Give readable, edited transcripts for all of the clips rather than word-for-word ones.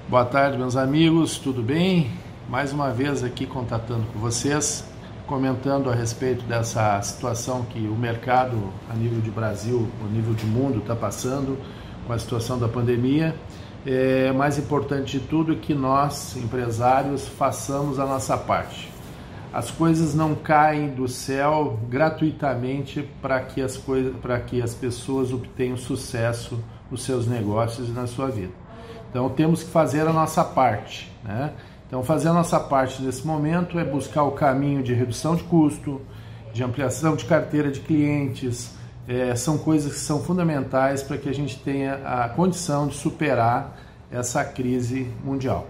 Boa tarde, meus amigos, tudo bem? Mais uma vez aqui contatando com vocês, comentando a respeito dessa situação que o mercado, a nível de Brasil, a nível de mundo, está passando com a situação da pandemia. Mais importante de tudo é que nós, empresários, façamos a nossa parte. As coisas não caem do céu gratuitamente para que as pessoas obtenham sucesso nos seus negócios e na sua vida. Então temos que fazer a nossa parte, né? Então fazer a nossa parte nesse momento é buscar o caminho de redução de custo, de ampliação de carteira de clientes, são coisas que são fundamentais para que a gente tenha a condição de superar essa crise mundial.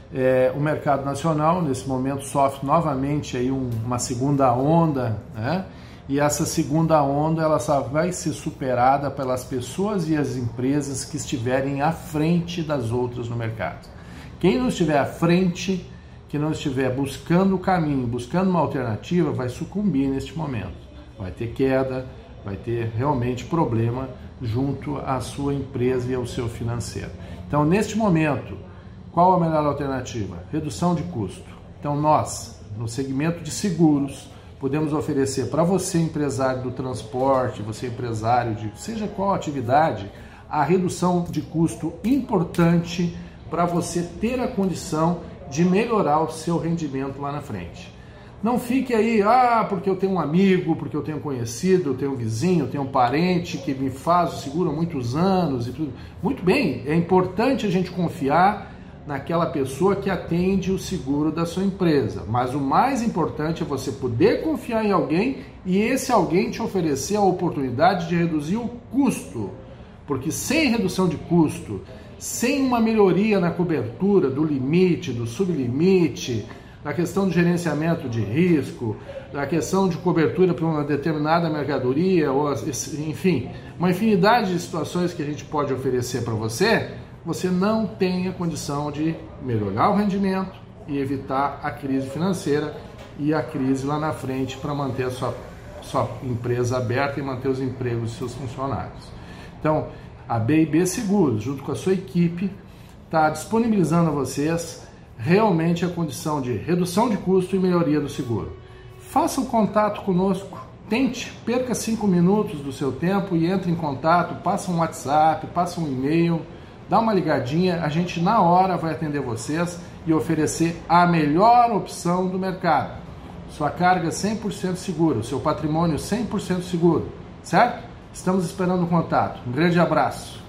O mercado nacional nesse momento sofre novamente aí uma segunda onda, né? E essa segunda onda ela só vai ser superada pelas pessoas e as empresas que estiverem à frente das outras no mercado. Quem não estiver à frente, que não estiver buscando o caminho, buscando uma alternativa, vai sucumbir neste momento. Vai ter queda, vai ter realmente problema junto à sua empresa e ao seu financeiro. Então, neste momento, qual a melhor alternativa? Redução de custo. Então, nós, no segmento de seguros, podemos oferecer para você, empresário do transporte, você empresário de seja qual atividade, a redução de custo importante para você ter a condição de melhorar o seu rendimento lá na frente. Não fique aí, porque eu tenho um amigo, porque eu tenho um conhecido, eu tenho um vizinho, eu tenho um parente que me faz o seguro há muitos anos e tudo. Muito bem, é importante a gente confiar naquela pessoa que atende o seguro da sua empresa. Mas o mais importante é você poder confiar em alguém e esse alguém te oferecer a oportunidade de reduzir o custo. Porque sem redução de custo, sem uma melhoria na cobertura do limite, do sublimite, na questão de gerenciamento de risco, na questão de cobertura para uma determinada mercadoria, ou enfim, uma infinidade de situações que a gente pode oferecer para você, você não tem a condição de melhorar o rendimento e evitar a crise financeira e a crise lá na frente para manter a sua empresa aberta e manter os empregos dos seus funcionários. Então, a B&B Seguros, junto com a sua equipe, está disponibilizando a vocês realmente a condição de redução de custo e melhoria do seguro. Faça um contato conosco, tente, perca 5 minutos do seu tempo e entre em contato, passa um WhatsApp, passa um e-mail, dá uma ligadinha, a gente na hora vai atender vocês e oferecer a melhor opção do mercado. Sua carga 100% segura, o seu patrimônio 100% seguro, certo? Estamos esperando o contato. Um grande abraço.